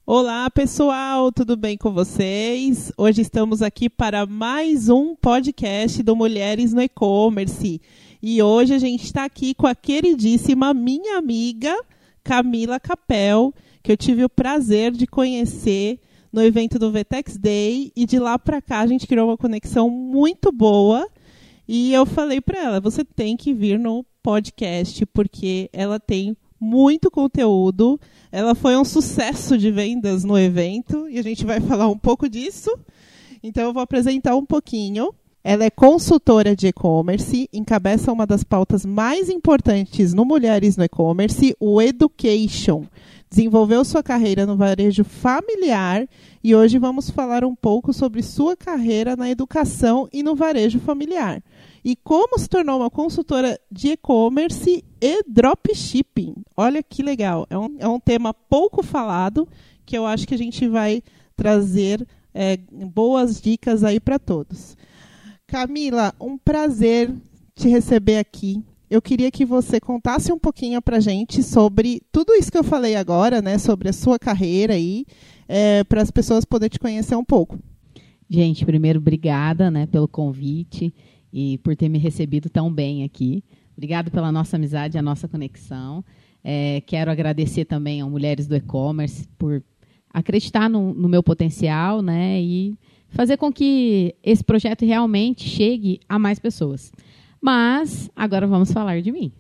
Olá, pessoal, tudo bem com vocês? Hoje estamos aqui para mais um podcast do Mulheres no E-Commerce. E hoje a gente está aqui com a queridíssima minha amiga Camila Capel, que eu tive o prazer de conhecer no evento do VTEX Day. E de lá para cá a gente criou uma conexão muito boa. E eu falei para ela, você tem que vir no podcast, porque ela tem muito conteúdo. Ela foi um sucesso de vendas no evento e a gente vai falar um pouco disso. Então eu vou apresentar um pouquinho. Ela é consultora de e-commerce, encabeça uma das pautas mais importantes no Mulheres no E-Commerce, o Education. Desenvolveu sua carreira no varejo familiar e hoje vamos falar um pouco sobre sua carreira na educação e no varejo familiar. E como se tornou uma consultora de e-commerce e dropshipping. Olha que legal. É um tema pouco falado, que eu acho que a gente vai trazer boas dicas aí para todos. Camila, um prazer te receber aqui. Eu queria que você contasse um pouquinho para a gente sobre tudo isso que eu falei agora, né, sobre a sua carreira aí, para as pessoas poderem te conhecer um pouco. Gente, primeiro, obrigada, né, pelo convite e por ter me recebido tão bem aqui. Obrigado pela nossa amizade, a nossa conexão. Quero agradecer também ao Mulheres do E-Commerce por acreditar no meu potencial, né, e fazer com que esse projeto realmente chegue a mais pessoas. Mas agora vamos falar de mim.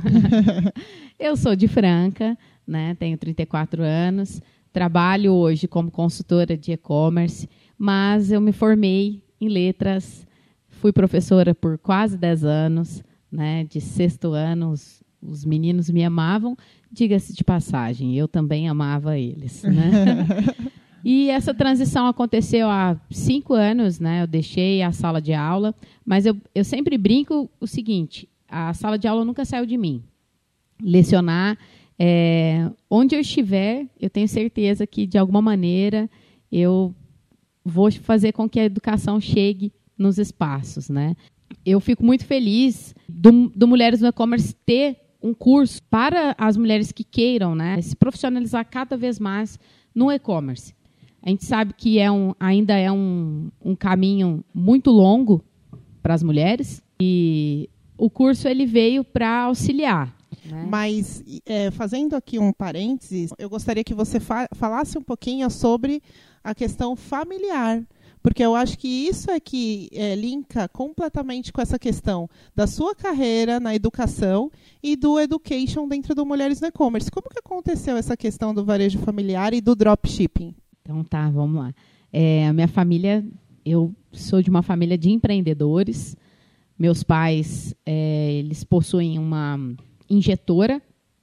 Eu sou de Franca, né, tenho 34 anos, trabalho hoje como consultora de e-commerce, mas eu me formei em letras. Fui professora por quase 10 anos, né? De sexto ano, os meninos me amavam. Diga-se de passagem, eu também amava eles. Né? E essa transição aconteceu há 5 anos, né? Eu deixei a sala de aula, mas eu sempre brinco o seguinte, a sala de aula nunca saiu de mim. Lecionar, onde eu estiver, eu tenho certeza que, de alguma maneira, eu vou fazer com que a educação chegue nos espaços, né? Eu fico muito feliz do Mulheres no E-Commerce ter um curso para as mulheres que queiram, né, se profissionalizar cada vez mais no e-commerce. A gente sabe que ainda é um caminho muito longo para as mulheres e o curso ele veio para auxiliar. Né? Mas, fazendo aqui um parênteses, eu gostaria que você falasse um pouquinho sobre a questão familiar. Porque eu acho que isso é que linka completamente com essa questão da sua carreira na educação e do education dentro do Mulheres no E-Commerce. Como que aconteceu essa questão do varejo familiar e do dropshipping? Então tá, vamos lá. A minha família, eu sou de uma família de empreendedores. Meus pais, eles possuem uma injetora.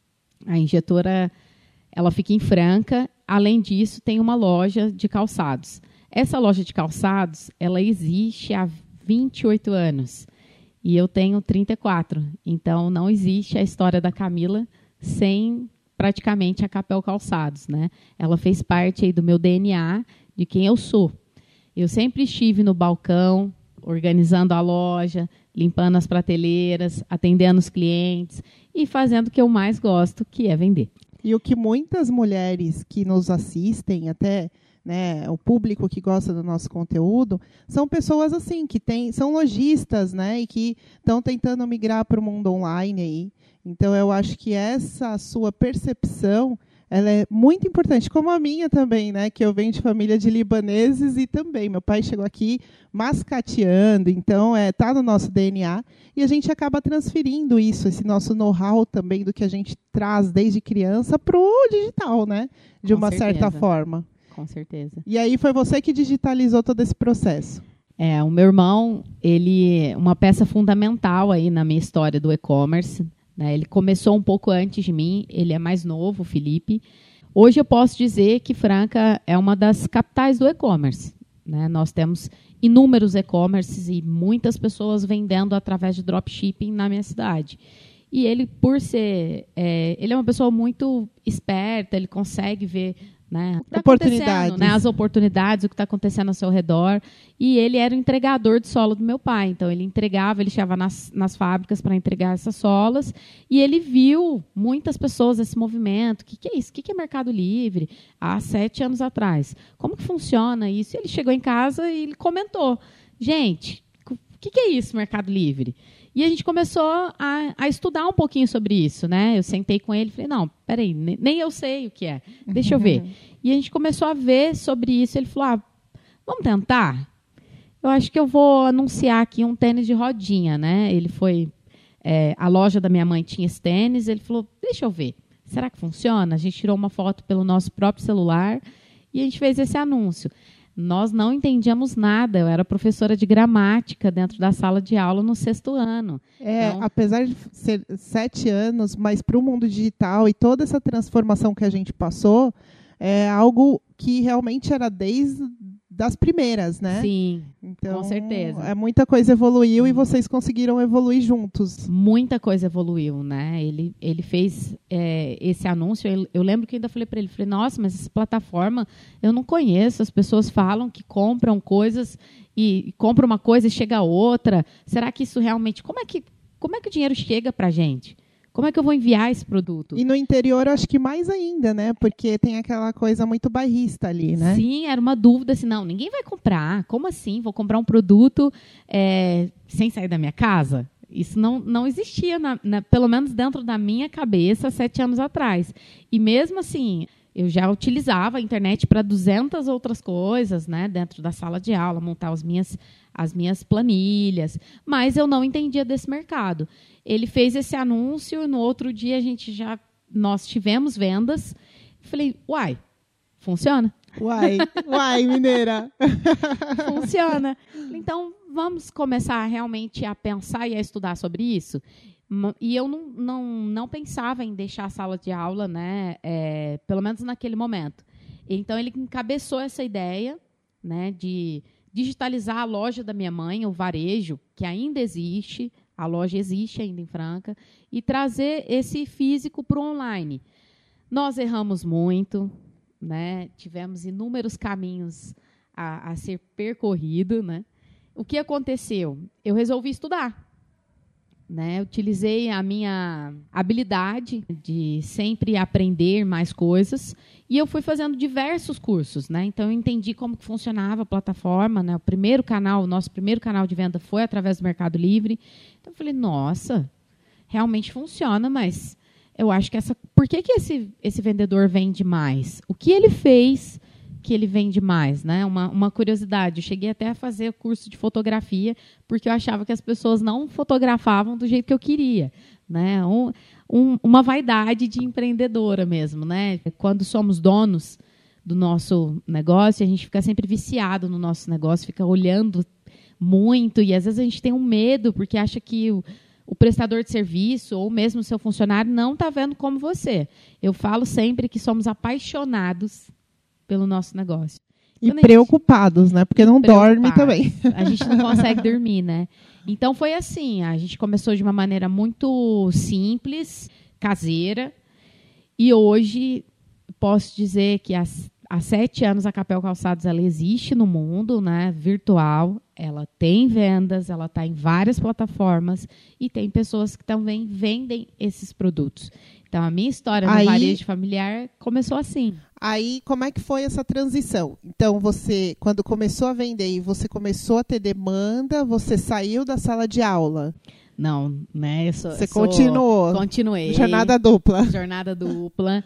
A injetora, ela fica em Franca. Além disso, tem uma loja de calçados. Essa loja de calçados, ela existe há 28 anos e eu tenho 34. Então, não existe a história da Camila sem praticamente a Capel Calçados. Né? Ela fez parte aí do meu DNA, de quem eu sou. Eu sempre estive no balcão, organizando a loja, limpando as prateleiras, atendendo os clientes e fazendo o que eu mais gosto, que é vender. E o que muitas mulheres que nos assistem, até... né, o público que gosta do nosso conteúdo, são pessoas assim, que são lojistas, né, e que estão tentando migrar para o mundo online. Aí. Então, eu acho que essa sua percepção ela é muito importante, como a minha também, né, que eu venho de família de libaneses e também, meu pai chegou aqui mascateando, então está no nosso DNA, e a gente acaba transferindo isso, esse nosso know-how também do que a gente traz desde criança para o digital, né, de uma certa forma. Com certeza. E aí foi você que digitalizou todo esse processo? O meu irmão, ele é uma peça fundamental aí na minha história do e-commerce. Né? Ele começou um pouco antes de mim, ele é mais novo, o Felipe. Hoje eu posso dizer que Franca é uma das capitais do e-commerce. Né? Nós temos inúmeros e-commerces e muitas pessoas vendendo através de dropshipping na minha cidade. E ele, por ser... ele é uma pessoa muito esperta, ele consegue ver né? O que tá Oportunidades. né? As oportunidades, o que está acontecendo ao seu redor. E ele era o entregador de sola do meu pai. Então, ele chegava nas fábricas para entregar essas solas. E ele viu muitas pessoas esse movimento. O que é isso? O que é Mercado Livre? Há 7 anos atrás. Como que funciona isso? E ele chegou em casa e ele comentou. Gente, o que é isso, Mercado Livre? E a gente começou a estudar um pouquinho sobre isso, né? Eu sentei com ele e falei, não, peraí, nem eu sei o que é, deixa eu ver. E a gente começou a ver sobre isso. Ele falou, vamos tentar? Eu acho que eu vou anunciar aqui um tênis de rodinha, né? Ele foi... a loja da minha mãe tinha esse tênis, ele falou, deixa eu ver, será que funciona? A gente tirou uma foto pelo nosso próprio celular e a gente fez esse anúncio. Nós não entendíamos nada. Eu era professora de gramática dentro da sala de aula no 6º ano. Então, apesar de ser 7 anos, mas para o mundo digital e toda essa transformação que a gente passou, é algo que realmente era desde das primeiras, né? Sim, então, com certeza. Muita coisa evoluiu e vocês conseguiram evoluir juntos. Muita coisa evoluiu, né? Ele fez esse anúncio. Eu lembro que ainda falei para ele, nossa, mas essa plataforma eu não conheço. As pessoas falam que compram coisas e compram uma coisa e chega outra. Será que isso realmente... Como é que o dinheiro chega para a gente? Como é que eu vou enviar esse produto? E no interior, acho que mais ainda, né? Porque tem aquela coisa muito bairrista ali, né? Sim, era uma dúvida assim, não, ninguém vai comprar. Como assim? Vou comprar um produto sem sair da minha casa? Isso não existia, pelo menos dentro da minha cabeça, 7 anos atrás. E mesmo assim, eu já utilizava a internet para 200 outras coisas, né? Dentro da sala de aula, montar as minhas planilhas. Mas eu não entendia desse mercado. Ele fez esse anúncio, no outro dia nós tivemos vendas. Falei, uai, funciona? Uai, mineira. Funciona. Então, vamos começar realmente a pensar e a estudar sobre isso? E eu não pensava em deixar a sala de aula, né, pelo menos naquele momento. Então, ele encabeçou essa ideia, né, de digitalizar a loja da minha mãe, o varejo, que ainda existe, a loja existe ainda em Franca, e trazer esse físico para o online. Nós erramos muito, né? Tivemos inúmeros caminhos a ser percorrido, né? O que aconteceu? Eu resolvi estudar. Né? Utilizei a minha habilidade de sempre aprender mais coisas e eu fui fazendo diversos cursos, né? Então, eu entendi como que funcionava a plataforma, né? O nosso primeiro canal de venda foi através do Mercado Livre. Então, eu falei, nossa, realmente funciona, mas eu acho que por que esse vendedor vende mais? O que ele fez que ele vende mais, né? Uma curiosidade, eu cheguei até a fazer o curso de fotografia porque eu achava que as pessoas não fotografavam do jeito que eu queria, né? Uma vaidade de empreendedora mesmo, né? Quando somos donos do nosso negócio, a gente fica sempre viciado no nosso negócio, fica olhando muito e às vezes a gente tem um medo porque acha que o prestador de serviço ou mesmo o seu funcionário não está vendo como você. Eu falo sempre que somos apaixonados pelo nosso negócio. E preocupados, né? Porque não dorme também. A gente não consegue dormir, né? Então, foi assim. A gente começou de uma maneira muito simples, caseira. E hoje, posso dizer que há 7 anos a Capel Calçados ela existe no mundo, né? Virtual. Ela tem vendas, ela está em várias plataformas. E tem pessoas que também vendem esses produtos. Então, a minha história no varejo familiar começou assim. Aí, como é que foi essa transição? Então, você, quando começou a vender e você começou a ter demanda, você saiu da sala de aula? Não, né? Você continuou? Continuei. Jornada dupla. Jornada dupla.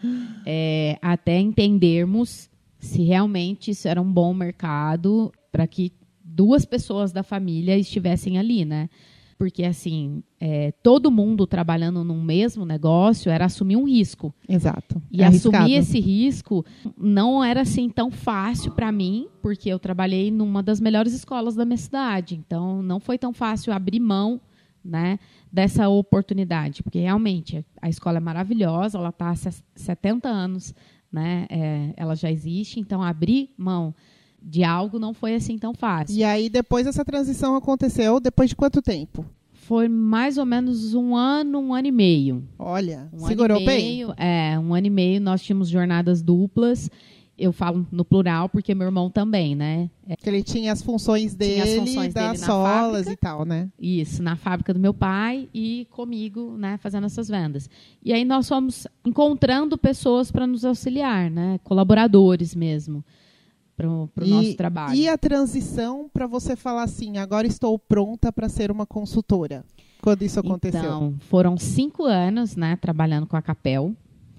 Até entendermos se realmente isso era um bom mercado para que 2 pessoas da família estivessem ali, né? Porque, assim, todo mundo trabalhando num mesmo negócio era assumir um risco. Exato. E assumir esse risco não era, assim, tão fácil para mim, porque eu trabalhei numa das melhores escolas da minha cidade. Então, não foi tão fácil abrir mão, né, dessa oportunidade. Porque, realmente, a escola é maravilhosa, ela está há 70 anos, né, ela já existe. Então, abrir mão de algo não foi assim tão fácil. E aí, depois essa transição aconteceu, depois de quanto tempo? Foi mais ou menos 1 ano, 1 ano e meio. Olha, segurou bem? 1 ano e meio, nós tínhamos jornadas duplas Eu falo no plural porque meu irmão também, né? Que ele tinha as funções dele, das solas fábrica, e tal, né? Isso, na fábrica do meu pai e comigo, né, fazendo essas vendas. E aí nós fomos encontrando pessoas para nos auxiliar, né? Colaboradores mesmo, para o nosso trabalho. E a transição para você falar assim, agora estou pronta para ser uma consultora? Quando isso aconteceu? Então, foram 5 anos, né, trabalhando com a Capel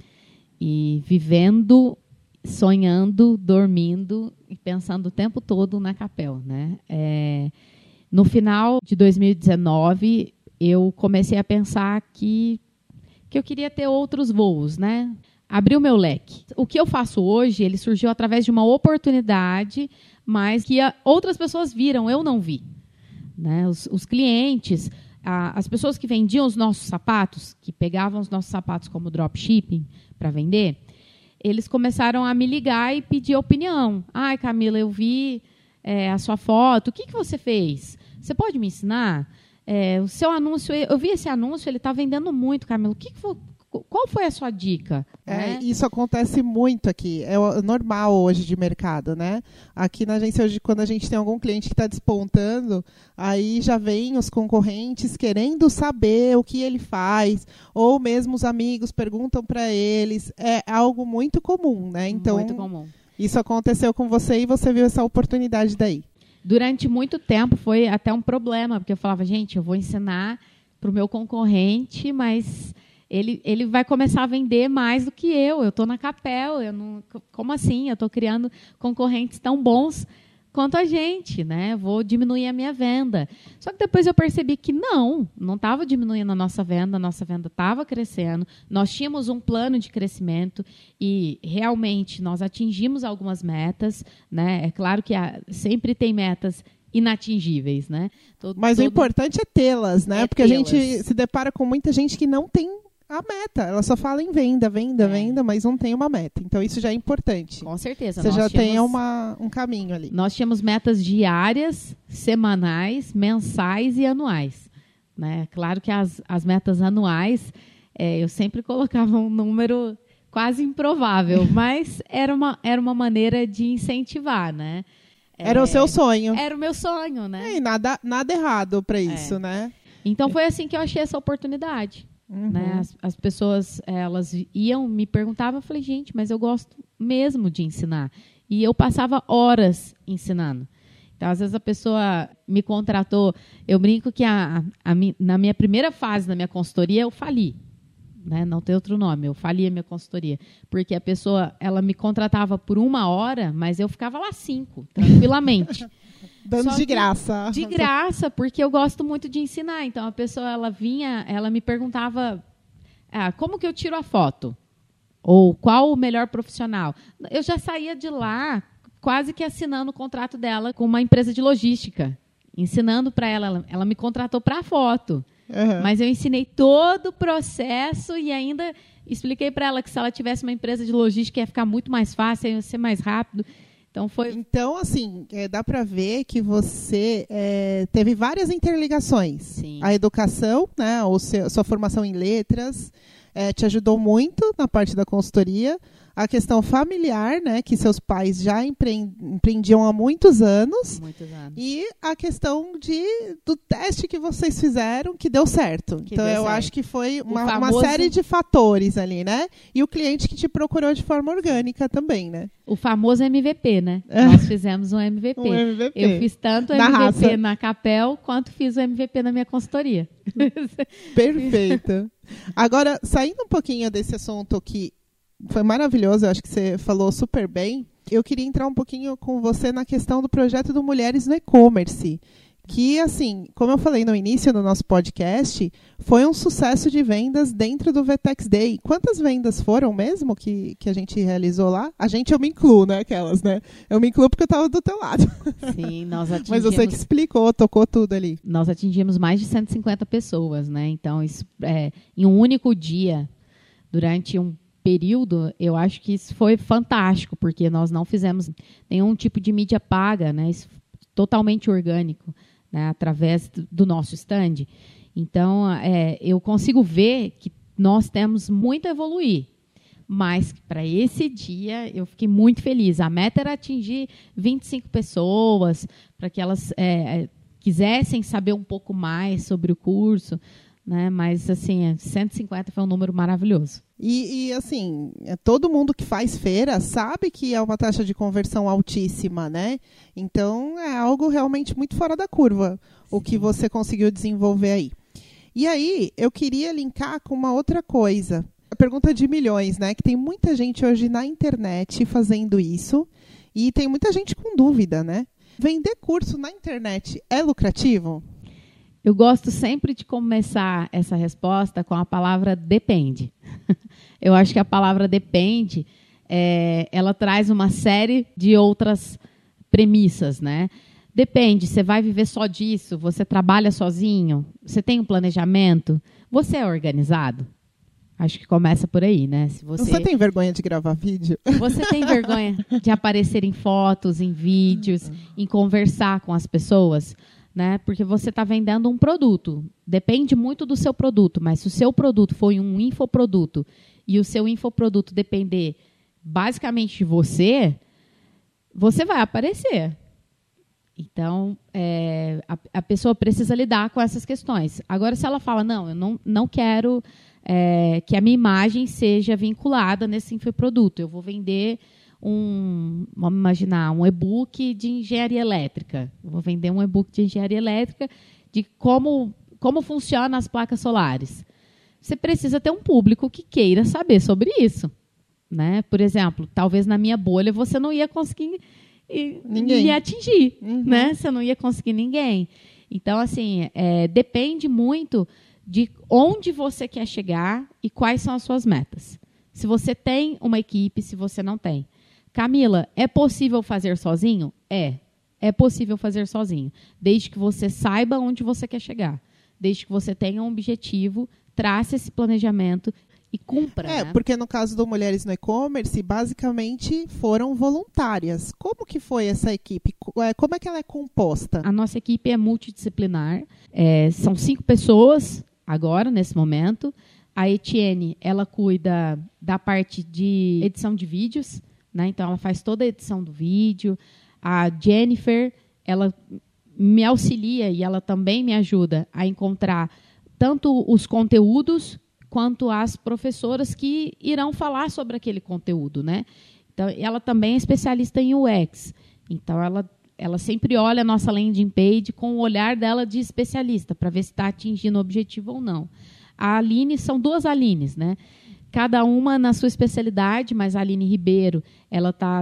e vivendo, sonhando, dormindo e pensando o tempo todo na Capel, né? No final de 2019, eu comecei a pensar que eu queria ter outros voos, né? Abriu meu leque. O que eu faço hoje, ele surgiu através de uma oportunidade, mas que outras pessoas viram, eu não vi, né? Os clientes, as pessoas que vendiam os nossos sapatos, que pegavam os nossos sapatos como dropshipping para vender, eles começaram a me ligar e pedir opinião. Ai, Camila, eu vi a sua foto, o que você fez? Você pode me ensinar? O seu anúncio, eu vi esse anúncio, ele está vendendo muito, Camila. Qual foi a sua dica? Isso acontece muito aqui. É normal hoje de mercado, né? Aqui na agência, hoje, quando a gente tem algum cliente que está despontando, aí já vem os concorrentes querendo saber o que ele faz, ou mesmo os amigos perguntam para eles. É algo muito comum, né? Então, muito comum. Isso aconteceu com você e você viu essa oportunidade daí. Durante muito tempo foi até um problema, porque eu falava, gente, eu vou ensinar para o meu concorrente, mas ele vai começar a vender mais do que eu. Eu estou na Capel, como assim? Eu estou criando concorrentes tão bons quanto a gente, né? Vou diminuir a minha venda. Só que depois eu percebi que não estava diminuindo a nossa venda estava crescendo, nós tínhamos um plano de crescimento e realmente nós atingimos algumas metas, né? É claro que sempre tem metas inatingíveis, né? Mas o importante é tê-las, né? Porque a gente se depara com muita gente que não tem a meta. Ela só fala em venda, mas não tem uma meta. Então, isso já é importante. Com certeza. Você já tem um caminho ali. Nós tínhamos metas diárias, semanais, mensais e anuais, né? Claro que as metas anuais, eu sempre colocava um número quase improvável, mas era uma maneira de incentivar, né? Era o seu sonho. Era o meu sonho, né? E nada errado para isso, né? Então, foi assim que eu achei essa oportunidade. Uhum. Né? As pessoas, elas iam, me perguntavam, eu falei, gente, mas eu gosto mesmo de ensinar. E eu passava horas ensinando. Então, às vezes, a pessoa me contratou, eu brinco que na minha primeira fase da minha consultoria, eu fali. Né? Não tem outro nome, eu fali a minha consultoria. Porque a pessoa, ela me contratava por 1 hora, mas eu ficava lá 5, tranquilamente. Dando de graça. De graça, porque eu gosto muito de ensinar. Então, a pessoa, ela vinha, ela me perguntava, como que eu tiro a foto? Ou qual o melhor profissional? Eu já saía de lá quase que assinando o contrato dela com uma empresa de logística. Ensinando para ela. Ela me contratou para a foto. Uhum. Mas eu ensinei todo o processo e ainda expliquei para ela que se ela tivesse uma empresa de logística ia ficar muito mais fácil, ia ser mais rápido. Então, assim, dá para ver que você teve várias interligações. Sim. A educação, né, sua formação em letras, te ajudou muito na parte da consultoria. A questão familiar, né, que seus pais já empreendiam há muitos anos. Muitos anos. E a questão do teste que vocês fizeram, que deu certo. Então, eu acho que foi uma série de fatores ali, né? E o cliente que te procurou de forma orgânica também, né? O famoso MVP, né? Nós fizemos um MVP. Um MVP. Eu fiz tanto MVP na Capel, quanto fiz o MVP na minha consultoria. Perfeito. Agora, saindo um pouquinho desse assunto que foi maravilhoso, eu acho que você falou super bem. Eu queria entrar um pouquinho com você na questão do projeto do Mulheres no E-Commerce, que, assim, como eu falei no início do nosso podcast, foi um sucesso de vendas dentro do VTEX Day. Quantas vendas foram mesmo que a gente realizou lá? Eu me incluo, né? Aquelas, né? Eu me incluo porque eu estava do teu lado. Sim, nós atingimos... Mas você que explicou, tocou tudo ali. Nós atingimos mais de 150 pessoas, né? Então, isso, em um único dia, durante um período, eu acho que isso foi fantástico, porque nós não fizemos nenhum tipo de mídia paga, né? Isso totalmente orgânico, né? Através do nosso stand. Então, eu consigo ver que nós temos muito a evoluir. mas para esse dia eu fiquei muito feliz. A meta era atingir 25 pessoas, para que elas quisessem saber um pouco mais sobre o curso, né? Mas, assim, 150 foi um número maravilhoso. E assim, todo mundo que faz feira sabe que é uma taxa de conversão altíssima, né? Então, é algo realmente muito fora da curva, o que você conseguiu desenvolver aí. E aí, eu queria linkar com uma outra coisa. A pergunta de milhões, né? Que tem muita gente hoje na internet fazendo isso e tem muita gente com dúvida, né? Vender curso na internet é lucrativo? Eu gosto sempre de começar essa resposta com a palavra depende. Eu acho que a palavra depende, ela traz uma série de outras premissas, né? Depende, você vai viver só disso? Você trabalha sozinho? Você tem um planejamento? Você é organizado? Acho que começa por aí, né? Se você tem vergonha de gravar vídeo? Você tem vergonha de aparecer em fotos, em vídeos, em conversar com as pessoas, né? Porque você está vendendo um produto. Depende muito do seu produto, mas se o seu produto for um infoproduto e o seu infoproduto depender basicamente de você, você vai aparecer. Então, a pessoa precisa lidar com essas questões. Agora, se ela fala, não, eu não quero que a minha imagem seja vinculada nesse infoproduto, eu vou vender vamos imaginar, um e-book de engenharia elétrica. Eu vou vender um e-book de engenharia elétrica de como funcionam as placas solares. Você precisa ter um público que queira saber sobre isso, né? Por exemplo, talvez na minha bolha você não ia conseguir me atingir, né? Você não ia conseguir ninguém. Então, assim, depende muito de onde você quer chegar e quais são as suas metas. Se você tem uma equipe, se você não tem. Camila, é possível fazer sozinho? É possível fazer sozinho, desde que você saiba onde você quer chegar, desde que você tenha um objetivo, trace esse planejamento e cumpra. Né? Porque no caso do Mulheres no E-Commerce, basicamente foram voluntárias. Como que foi essa equipe? Como é que ela é composta? A nossa equipe é multidisciplinar. São 5 pessoas agora, nesse momento. A Etienne, ela cuida da parte de edição de vídeos, né? Então, ela faz toda a edição do vídeo. A Jennifer, ela me auxilia e ela também me ajuda a encontrar tanto os conteúdos quanto as professoras que irão falar sobre aquele conteúdo, né? Então, ela também é especialista em UX. Então, ela sempre olha a nossa landing page com o olhar dela de especialista, para ver se está atingindo o objetivo ou não. A Aline, são 2 Alines, né? Cada uma na sua especialidade, mas a Aline Ribeiro, ela está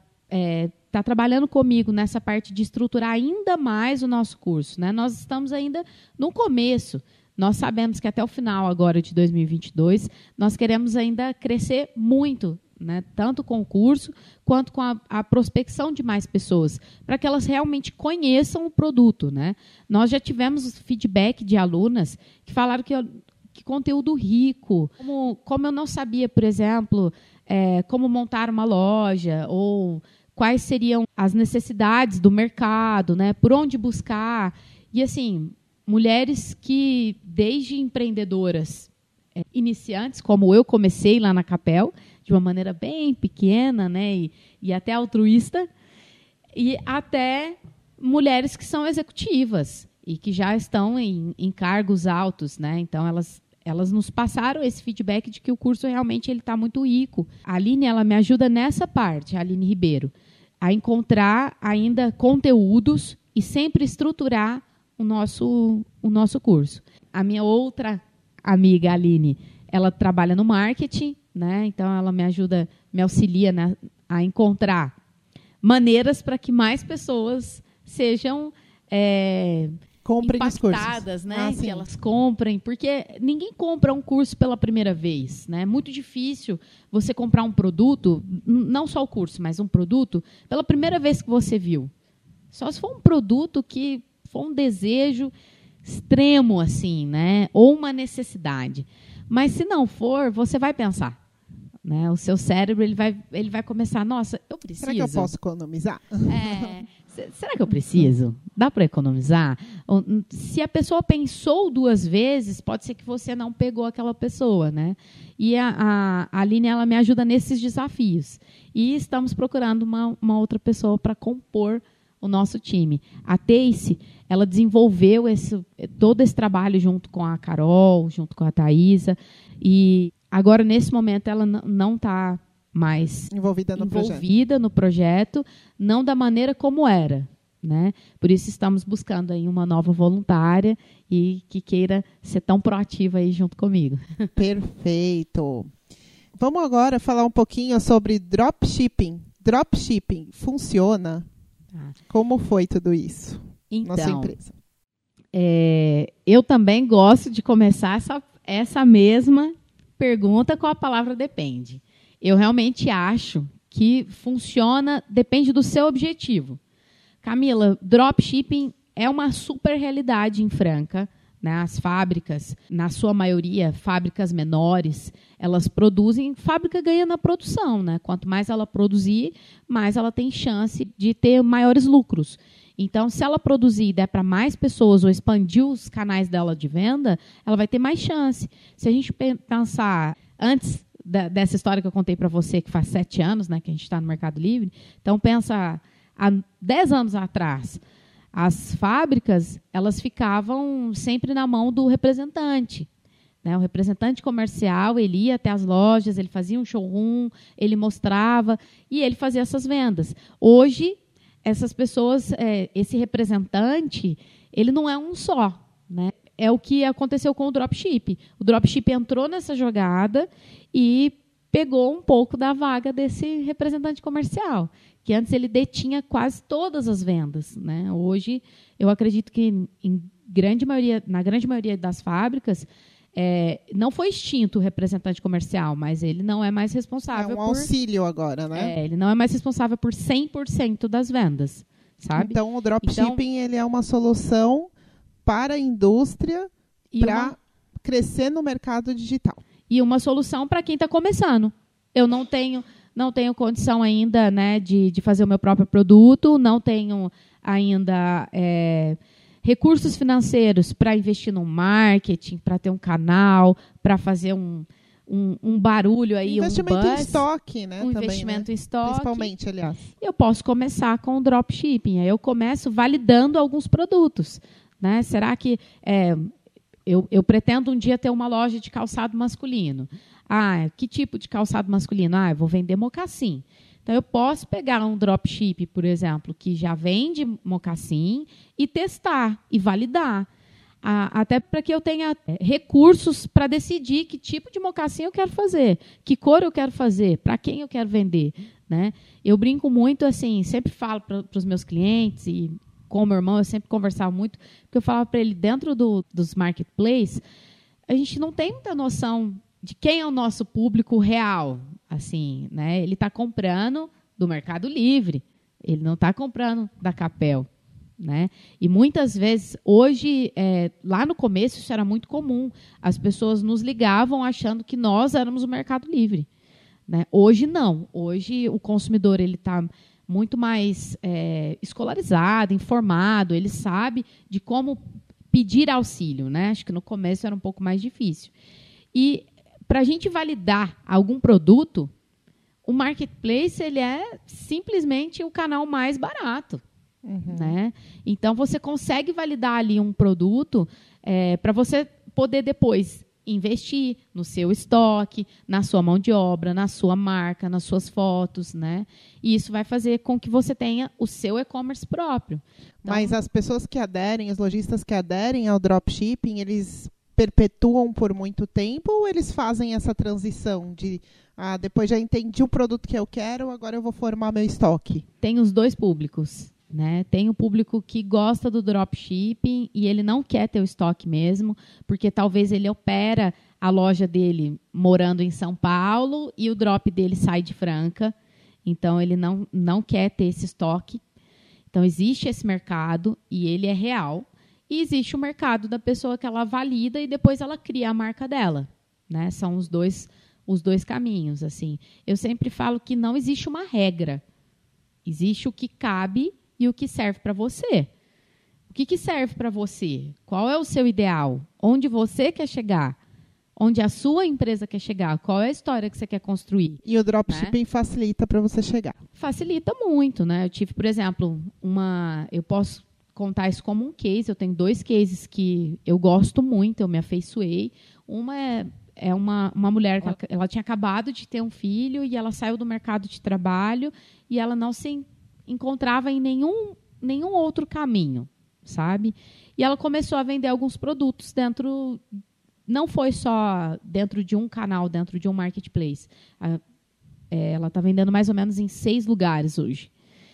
trabalhando comigo nessa parte de estruturar ainda mais o nosso curso, né? Nós estamos ainda no começo. Nós sabemos que até o final agora de 2022, nós queremos ainda crescer muito, né? Tanto com o curso, quanto com a prospecção de mais pessoas, para que elas realmente conheçam o produto, né? Nós já tivemos feedback de alunas que falaram que conteúdo rico, como eu não sabia, por exemplo, como montar uma loja, ou quais seriam as necessidades do mercado, né? Por onde buscar. E, assim, mulheres que, desde empreendedoras iniciantes, como eu comecei lá na Capel, de uma maneira bem pequena, né? E até altruísta, e até mulheres que são executivas e que já estão em cargos altos, né? Então, elas nos passaram esse feedback de que o curso realmente está muito rico. A Aline, ela me ajuda nessa parte, a Aline Ribeiro, a encontrar ainda conteúdos e sempre estruturar o nosso curso. A minha outra amiga, a Aline, ela trabalha no marketing, né? Então, ela me ajuda, me auxilia a encontrar maneiras para que mais pessoas sejam comprem impactadas, né? Que elas comprem, porque ninguém compra um curso pela primeira vez, né? É muito difícil você comprar um produto, não só o curso, mas um produto, pela primeira vez que você viu. Só se for um produto que for um desejo extremo, assim, né? Ou uma necessidade. Mas se não for, você vai pensar, né? O seu cérebro ele vai começar, nossa, eu preciso. Será que eu posso economizar? será que eu preciso? Dá para economizar? Se a pessoa pensou 2 vezes, pode ser que você não pegou aquela pessoa, né? E a Aline, ela me ajuda nesses desafios. E estamos procurando uma outra pessoa para compor o nosso time. A Teice, ela desenvolveu todo esse trabalho junto com a Carol, junto com a Thaisa, e agora, nesse momento, ela não está mais envolvida no projeto, não da maneira como era, né? Por isso estamos buscando aí uma nova voluntária e que queira ser tão proativa aí junto comigo. Perfeito. Vamos agora falar um pouquinho sobre dropshipping. Dropshipping funciona? Como foi tudo isso na sua empresa? Eu também gosto de começar essa mesma pergunta com a palavra depende. Eu realmente acho que funciona, depende do seu objetivo. Camila, dropshipping é uma super realidade em Franca, né? As fábricas, na sua maioria, fábricas menores, elas produzem, fábrica ganha na produção, né? Quanto mais ela produzir, mais ela tem chance de ter maiores lucros. Então, se ela produzir e der para mais pessoas ou expandir os canais dela de venda, ela vai ter mais chance. Se a gente pensar antes dessa história que eu contei para você, que faz 7 anos, né, que a gente está no Mercado Livre, então pensa, há 10 anos atrás, as fábricas elas ficavam sempre na mão do representante. Né? O representante comercial, ele ia até as lojas, ele fazia um showroom, ele mostrava e ele fazia essas vendas. Hoje, essas pessoas, esse representante, ele não é um só. Né? É o que aconteceu com o dropship. O dropship entrou nessa jogada e pegou um pouco da vaga desse representante comercial, que antes ele detinha quase todas as vendas. Né? Hoje, eu acredito que na grande maioria das fábricas, não foi extinto o representante comercial, mas ele não é mais responsável auxílio agora, né? Ele não é mais responsável por 100% das vendas, sabe? Então, o dropshipping ele é uma solução para a indústria para crescer no mercado digital. E uma solução para quem está começando. Eu não tenho condição ainda, né, de fazer o meu próprio produto, não tenho ainda recursos financeiros para investir no marketing, para ter um canal, para fazer um barulho aí, investimento em estoque, né? Investimento em estoque. Principalmente, aliás. Eu posso começar com o dropshipping. Aí eu começo validando alguns produtos. Né? Será que eu pretendo um dia ter uma loja de calçado masculino? Que tipo de calçado masculino? Eu vou vender mocassim. Então, eu posso pegar um dropship, por exemplo, que já vende mocassim e testar e validar. Até para que eu tenha recursos para decidir que tipo de mocassim eu quero fazer, que cor eu quero fazer, para quem eu quero vender. Né? Eu brinco muito, assim, sempre falo para os meus clientes e com o meu irmão, eu sempre conversava muito, porque eu falava para ele, dentro dos marketplaces, a gente não tem muita noção de quem é o nosso público real. Assim, né? Ele está comprando do Mercado Livre, ele não está comprando da Capel. Né? E muitas vezes, hoje, lá no começo, isso era muito comum. As pessoas nos ligavam achando que nós éramos o Mercado Livre. Né? Hoje, não. Hoje, o consumidor está muito mais escolarizado, informado, ele sabe de como pedir auxílio. Né? Acho que no começo era um pouco mais difícil. E, para a gente validar algum produto, o marketplace ele é simplesmente o canal mais barato. Uhum. Né? Então, você consegue validar ali um produto para você poder depois investir no seu estoque, na sua mão de obra, na sua marca, nas suas fotos. Né? E isso vai fazer com que você tenha o seu e-commerce próprio. Então, mas as pessoas que aderem, os lojistas que aderem ao dropshipping, eles perpetuam por muito tempo ou eles fazem essa transição de depois já entendi o produto que eu quero, agora eu vou formar meu estoque? Tem os dois públicos. Né? Tem o público que gosta do dropshipping e ele não quer ter o estoque mesmo, porque talvez ele opera a loja dele morando em São Paulo e o drop dele sai de Franca, então ele não quer ter esse estoque. Então existe esse mercado e ele é real, e existe o mercado da pessoa que ela valida e depois ela cria a marca dela. Né? São os dois caminhos. Assim. Eu sempre falo que não existe uma regra, existe o que cabe e e o que serve para você. O que serve para você? Qual é o seu ideal? Onde você quer chegar? Onde a sua empresa quer chegar? Qual é a história que você quer construir? E o dropshipping facilita para você chegar. Facilita muito, né? Eu tive, por exemplo, eu posso contar isso como um case. Eu tenho 2 cases que eu gosto muito, eu me afeiçoei. Uma é uma mulher que ela tinha acabado de ter um filho e ela saiu do mercado de trabalho e ela não se encontrava em nenhum outro caminho, sabe? E ela começou a vender alguns produtos não foi só dentro de um canal, dentro de um marketplace. Ela está vendendo mais ou menos em 6 lugares hoje.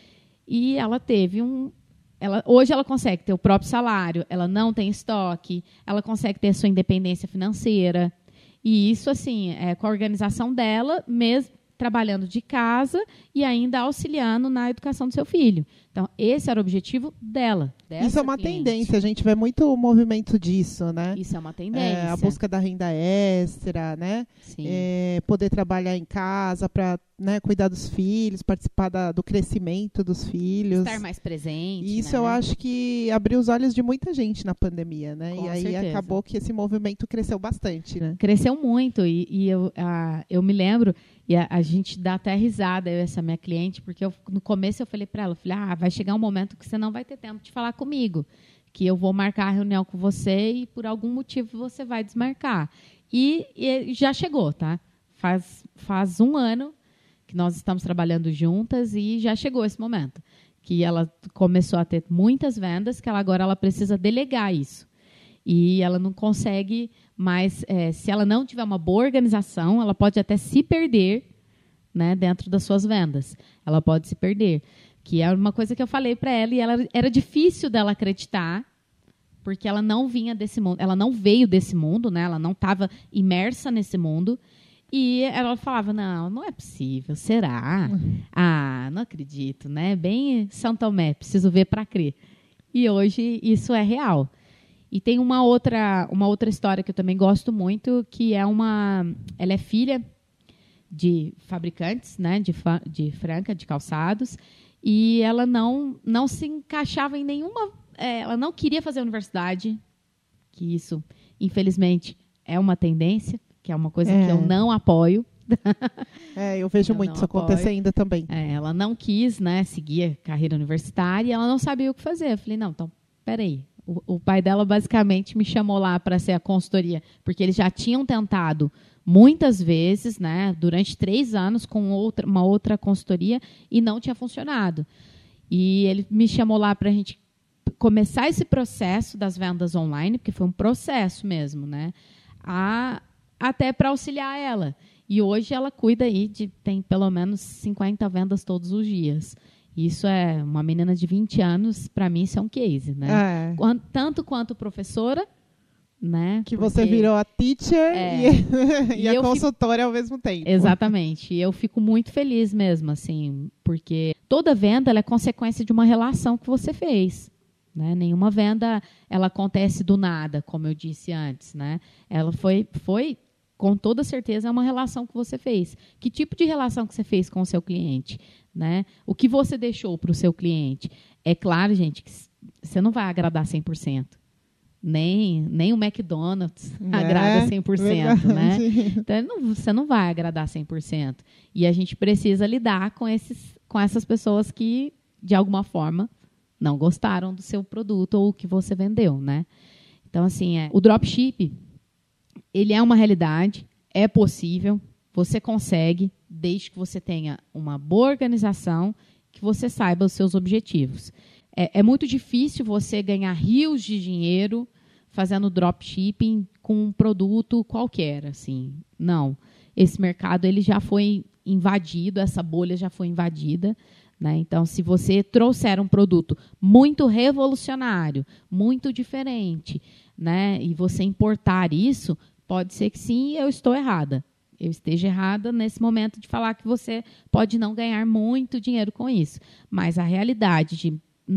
E ela teve hoje ela consegue ter o próprio salário, ela não tem estoque, ela consegue ter a sua independência financeira. E isso, assim, com a organização dela, mesmo trabalhando de casa e ainda auxiliando na educação do seu filho. Então, esse era o objetivo dela. Isso é uma tendência, a gente vê muito movimento disso, né? Isso é uma tendência. A busca da renda extra, né? Sim. Poder trabalhar em casa para, né, cuidar dos filhos, participar do crescimento dos filhos. Estar mais presente. E isso, né? eu acho que abriu os olhos de muita gente na pandemia, né? Com e aí certeza. acabou que esse movimento cresceu bastante, né? Cresceu muito. E eu me lembro, e a gente dá até risada, eu e essa minha cliente, porque no começo eu falei para ela, vai chegar um momento que você não vai ter tempo de falar comigo, que eu vou marcar a reunião com você e por algum motivo você vai desmarcar. E já chegou, tá? Faz 1 ano que nós estamos trabalhando juntas e já chegou esse momento, que ela começou a ter muitas vendas, que agora ela precisa delegar isso. E ela não consegue mais, se ela não tiver uma boa organização, ela pode até se perder, né, dentro das suas vendas. Ela pode se perder. Que é uma coisa que eu falei para ela, e era difícil dela acreditar, porque ela não vinha desse mundo, ela não veio desse mundo, né? Ela não estava imersa nesse mundo. E ela falava, não é possível, será? Não acredito, né? Bem São Tomé, preciso ver para crer. E hoje isso é real. E tem uma outra história que eu também gosto muito, que ela é filha de fabricantes, né? De Franca, de calçados, e ela não se encaixava em nenhuma... ela não queria fazer universidade, que isso, infelizmente, é uma tendência, que é uma coisa que eu não apoio. Eu vejo muito isso acontecer ainda também. Ela não quis, né, seguir a carreira universitária e ela não sabia o que fazer. Eu falei, não, então, peraí. O pai dela basicamente me chamou lá para ser a consultoria, porque eles já tinham tentado muitas vezes, né, durante 3 anos com uma outra consultoria e não tinha funcionado. E ele me chamou lá para a gente começar esse processo das vendas online, porque foi um processo mesmo, né, até para auxiliar ela. E hoje ela cuida aí tem pelo menos 50 vendas todos os dias. Isso é uma menina de 20 anos, para mim isso é um case, né? Tanto quanto professora, né? Que você virou a teacher e a consultora ao mesmo tempo. Exatamente. E eu fico muito feliz mesmo, assim, porque toda venda ela é consequência de uma relação que você fez. Né? Nenhuma venda ela acontece do nada, como eu disse antes, né? Ela foi com toda certeza é uma relação que você fez. Que tipo de relação que você fez com o seu cliente? Né? O que você deixou para o seu cliente? É claro, gente, que você não vai agradar 100%. Nem o McDonald's agrada 100%. Né? Então, você não vai agradar 100%. E a gente precisa lidar com essas pessoas que, de alguma forma, não gostaram do seu produto ou o que você vendeu. Né? Então, assim, o dropship, ele é uma realidade, é possível, você consegue, desde que você tenha uma boa organização, que você saiba os seus objetivos. É muito difícil você ganhar rios de dinheiro fazendo dropshipping com um produto qualquer. Assim. Não. Esse mercado ele já foi invadido, essa bolha já foi invadida. Né? Então, se você trouxer um produto muito revolucionário, muito diferente, né? E você importar isso, pode ser que sim, eu estou errada. Eu esteja errada nesse momento de falar que você pode não ganhar muito dinheiro com isso. Mas a realidade de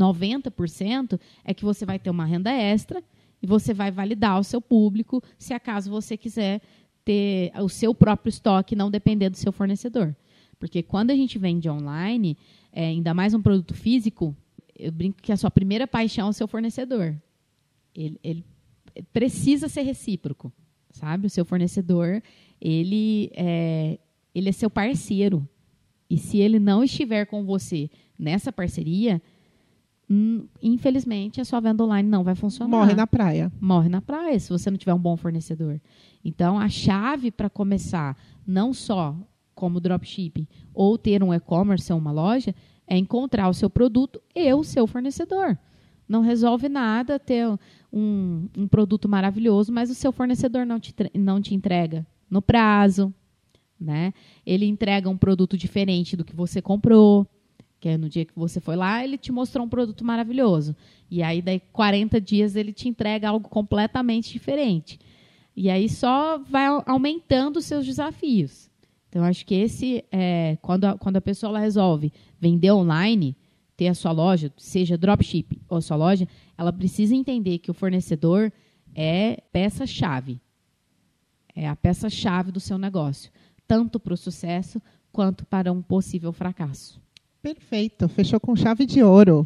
90% é que você vai ter uma renda extra e você vai validar ao seu público se acaso você quiser ter o seu próprio estoque e não depender do seu fornecedor. Porque quando a gente vende online, ainda mais um produto físico, eu brinco que a sua primeira paixão é o seu fornecedor. Ele precisa ser recíproco, sabe? O seu fornecedor, ele é seu parceiro. E se ele não estiver com você nessa parceria, infelizmente, a sua venda online não vai funcionar. Morre na praia. Morre na praia, se você não tiver um bom fornecedor. Então, a chave para começar, não só como dropshipping, ou ter um e-commerce ou uma loja, é encontrar o seu produto e o seu fornecedor. Não resolve nada ter um produto maravilhoso, mas o seu fornecedor não te entrega no prazo, né? Ele entrega um produto diferente do que você comprou, que é no dia que você foi lá, ele te mostrou um produto maravilhoso. E aí, daí 40 dias, ele te entrega algo completamente diferente. E aí só vai aumentando os seus desafios. Então, acho que quando a pessoa ela resolve vender online, ter a sua loja, seja dropship ou a sua loja, ela precisa entender que o fornecedor é peça-chave. É a peça-chave do seu negócio, tanto para o sucesso quanto para um possível fracasso. Perfeito, fechou com chave de ouro.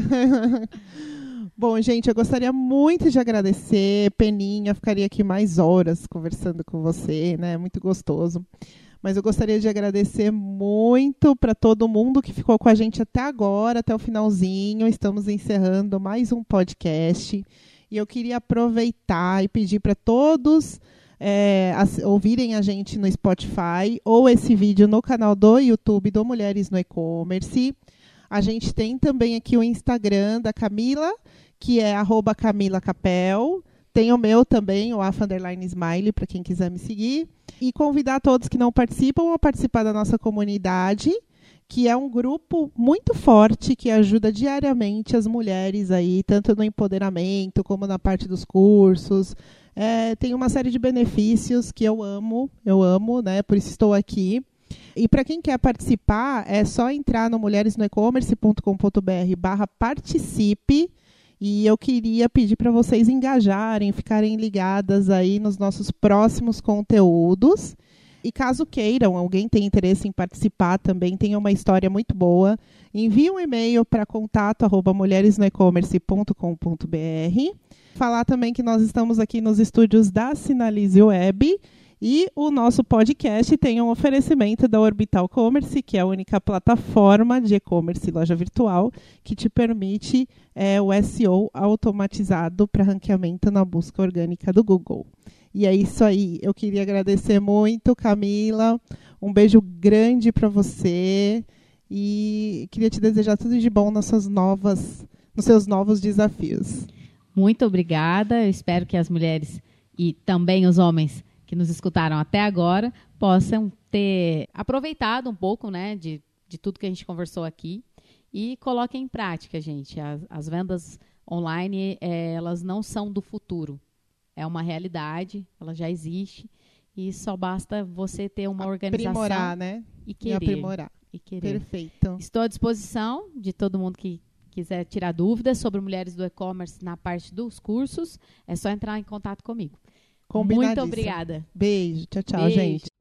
Bom, gente, eu gostaria muito de agradecer. Peninha, ficaria aqui mais horas conversando com você, né? Muito gostoso. Mas eu gostaria de agradecer muito para todo mundo que ficou com a gente até agora, até o finalzinho. Estamos encerrando mais um podcast. E eu queria aproveitar e pedir para todos ouvirem a gente no Spotify ou esse vídeo no canal do YouTube do Mulheres no E-Commerce. A gente tem também aqui o Instagram da Camila, que é @CamilaCapel. Tem o meu também, o _smiley, para quem quiser me seguir. E convidar todos que não participam a participar da nossa comunidade, que é um grupo muito forte que ajuda diariamente as mulheres aí, tanto no empoderamento como na parte dos cursos. Tem uma série de benefícios que eu amo, né? Por isso estou aqui. E para quem quer participar, é só entrar no mulheresnoecommerce.com.br/participe. E eu queria pedir para vocês engajarem, ficarem ligadas aí nos nossos próximos conteúdos. E caso queiram, alguém tenha interesse em participar também, tem uma história muito boa, envie um e-mail para contato@mulheresnoecommerce.com.br. Falar também que nós estamos aqui nos estúdios da Sinalize Web e o nosso podcast tem um oferecimento da Orbital Commerce, que é a única plataforma de e-commerce e loja virtual que te permite o SEO automatizado para ranqueamento na busca orgânica do Google. E é isso aí. Eu queria agradecer muito, Camila. Um beijo grande para você e queria te desejar tudo de bom nos seus novos desafios. Muito obrigada. Eu espero que as mulheres e também os homens que nos escutaram até agora possam ter aproveitado um pouco, né, de tudo que a gente conversou aqui e coloquem em prática, gente. As vendas online, elas não são do futuro. É uma realidade, ela já existe e só basta você ter uma organização. Aprimorar, né? E querer. Aprimorar. E querer. Perfeito. Estou à disposição de todo mundo que quiser tirar dúvidas sobre mulheres do e-commerce na parte dos cursos. É só entrar em contato comigo. Muito obrigada. Beijo. Tchau, Beijo. gente.